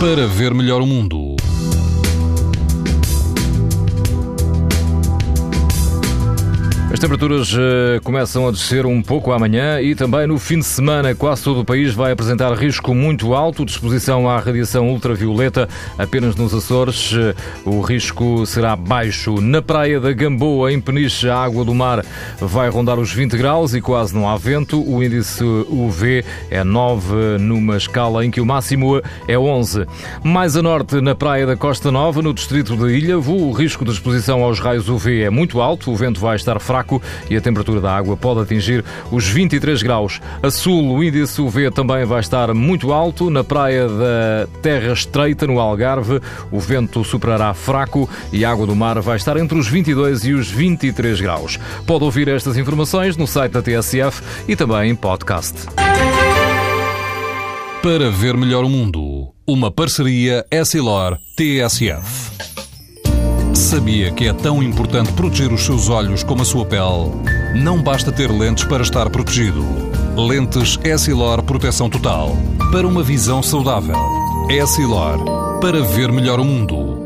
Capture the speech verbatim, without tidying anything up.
para ver melhor o mundo. As temperaturas uh, começam a descer um pouco amanhã e também no fim de semana. Quase todo o país vai apresentar risco muito alto de exposição à radiação ultravioleta. Apenas nos Açores uh, o risco será baixo. Na praia da Gamboa, em Peniche, a água do mar vai rondar os vinte graus e quase não há vento. O índice U V é nove, numa escala em que o máximo é onze. Mais a norte, na praia da Costa Nova, no distrito de Ilhavo, o risco de exposição aos raios U V é muito alto. O vento vai estar fraco e a temperatura da água pode atingir os vinte e três graus. A sul, o índice U V também vai estar muito alto. Na praia da Terra Estreita, no Algarve, o vento superará fraco e a água do mar vai estar entre os vinte e dois e os vinte e três graus. Pode ouvir estas informações no site da T S F e também em podcast. Para ver melhor o mundo, uma parceria Essilor-T S F. Sabia que é tão importante proteger os seus olhos como a sua pele? Não basta ter lentes para estar protegido. Lentes Essilor Proteção Total. Para uma visão saudável. Essilor. Para ver melhor o mundo.